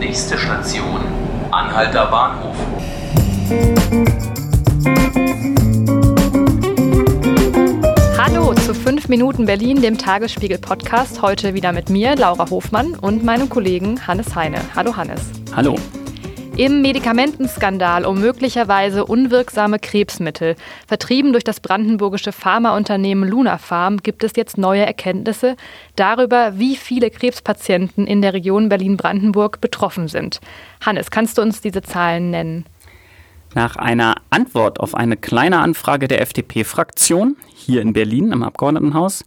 Nächste Station, Anhalter Bahnhof. Hallo zu 5 Minuten Berlin, dem Tagesspiegel-Podcast. Heute wieder mit mir, Laura Hofmann, und meinem Kollegen Hannes Heine. Hallo Hannes. Hallo. Im Medikamentenskandal um möglicherweise unwirksame Krebsmittel, vertrieben durch das brandenburgische Pharmaunternehmen Luna-Pharm, gibt es jetzt neue Erkenntnisse darüber, wie viele Krebspatienten in der Region Berlin-Brandenburg betroffen sind. Hannes, kannst du uns diese Zahlen nennen? Nach einer Antwort auf eine kleine Anfrage der FDP-Fraktion hier in Berlin im Abgeordnetenhaus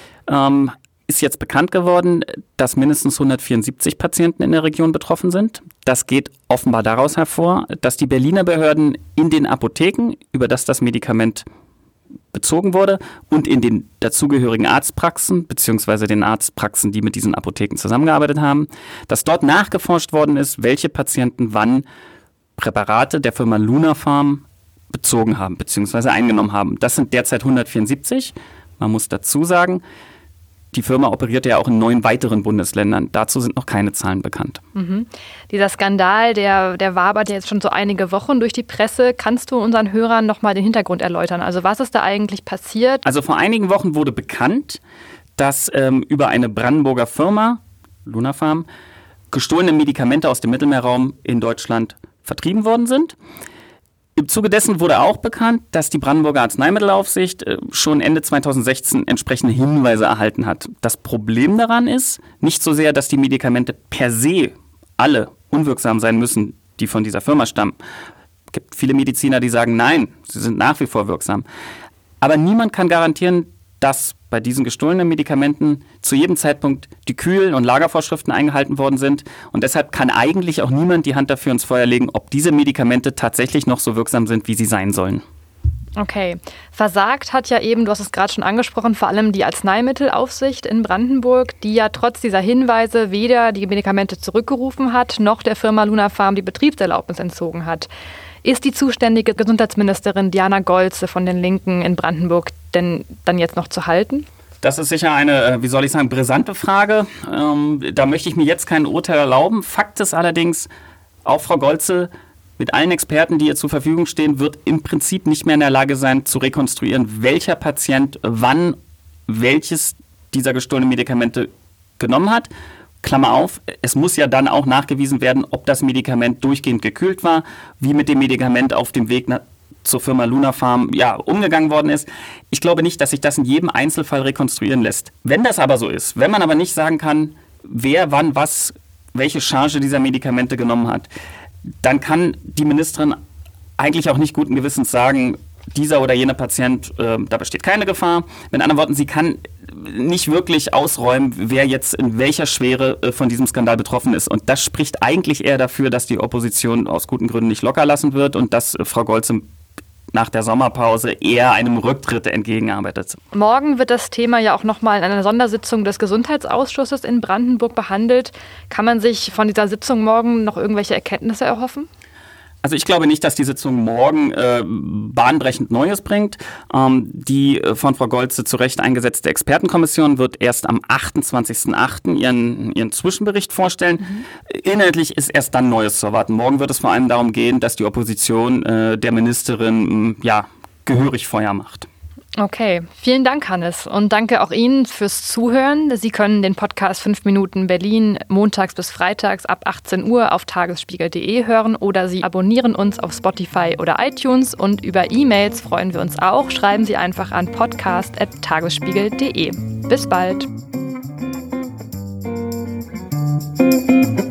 ist jetzt bekannt geworden, dass mindestens 174 Patienten in der Region betroffen sind. Das geht offenbar daraus hervor, dass die Berliner Behörden in den Apotheken, über das Medikament bezogen wurde, und in den dazugehörigen Arztpraxen bzw. den Arztpraxen, die mit diesen Apotheken zusammengearbeitet haben, dass dort nachgeforscht worden ist, welche Patienten wann Präparate der Firma Luna-Pharm bezogen haben bzw. eingenommen haben. Das sind derzeit 174. Man muss dazu sagen, die Firma operiert ja auch in 9 weiteren Bundesländern. Dazu sind noch keine Zahlen bekannt. Dieser Skandal, der wabert ja jetzt schon so einige Wochen durch die Presse. Kannst du unseren Hörern nochmal den Hintergrund erläutern? Also was ist da eigentlich passiert? Also vor einigen Wochen wurde bekannt, dass über eine Brandenburger Firma, Luna-Pharm, gestohlene Medikamente aus dem Mittelmeerraum in Deutschland vertrieben worden sind. Im Zuge dessen wurde auch bekannt, dass die Brandenburger Arzneimittelaufsicht schon Ende 2016 entsprechende Hinweise erhalten hat. Das Problem daran ist nicht so sehr, dass die Medikamente per se alle unwirksam sein müssen, die von dieser Firma stammen. Es gibt viele Mediziner, die sagen, nein, sie sind nach wie vor wirksam. Aber niemand kann garantieren, dass bei diesen gestohlenen Medikamenten zu jedem Zeitpunkt die Kühl- und Lagervorschriften eingehalten worden sind. Und deshalb kann eigentlich auch niemand die Hand dafür ins Feuer legen, ob diese Medikamente tatsächlich noch so wirksam sind, wie sie sein sollen. Okay. Versagt hat ja eben, du hast es gerade schon angesprochen, vor allem die Arzneimittelaufsicht in Brandenburg, die ja trotz dieser Hinweise weder die Medikamente zurückgerufen hat, noch der Firma Luna-Pharm die Betriebserlaubnis entzogen hat. Ist die zuständige Gesundheitsministerin Diana Golze von den Linken in Brandenburg denn dann jetzt noch zu halten? Das ist sicher eine, brisante Frage. Da möchte ich mir jetzt kein Urteil erlauben. Fakt ist allerdings, auch Frau Golze mit allen Experten, die ihr zur Verfügung stehen, wird im Prinzip nicht mehr in der Lage sein, zu rekonstruieren, welcher Patient wann welches dieser gestohlenen Medikamente genommen hat. Klammer auf, es muss ja dann auch nachgewiesen werden, ob das Medikament durchgehend gekühlt war, wie mit dem Medikament auf dem Weg zur Firma Luna-Pharm umgegangen worden ist. Ich glaube nicht, dass sich das in jedem Einzelfall rekonstruieren lässt. Wenn das aber so ist, wenn man aber nicht sagen kann, wer wann welche Charge dieser Medikamente genommen hat, dann kann die Ministerin eigentlich auch nicht guten Gewissens sagen, dieser oder jener Patient, da besteht keine Gefahr. Mit anderen Worten, sie kann nicht wirklich ausräumen, wer jetzt in welcher Schwere von diesem Skandal betroffen ist. Und das spricht eigentlich eher dafür, dass die Opposition aus guten Gründen nicht locker lassen wird und dass Frau Golze nach der Sommerpause eher einem Rücktritt entgegenarbeitet. Morgen wird das Thema ja auch nochmal in einer Sondersitzung des Gesundheitsausschusses in Brandenburg behandelt. Kann man sich von dieser Sitzung morgen noch irgendwelche Erkenntnisse erhoffen? Also ich glaube nicht, dass die Sitzung morgen bahnbrechend Neues bringt. Die von Frau Golze zu Recht eingesetzte Expertenkommission wird erst am 28.08. ihren Zwischenbericht vorstellen. Inhaltlich ist erst dann Neues zu erwarten. Morgen wird es vor allem darum gehen, dass die Opposition der Ministerin gehörig Feuer macht. Okay, vielen Dank, Hannes. Und danke auch Ihnen fürs Zuhören. Sie können den Podcast 5 Minuten Berlin montags bis freitags ab 18 Uhr auf tagesspiegel.de hören oder Sie abonnieren uns auf Spotify oder iTunes. Und über E-Mails freuen wir uns auch. Schreiben Sie einfach an podcast@tagesspiegel.de. Bis bald.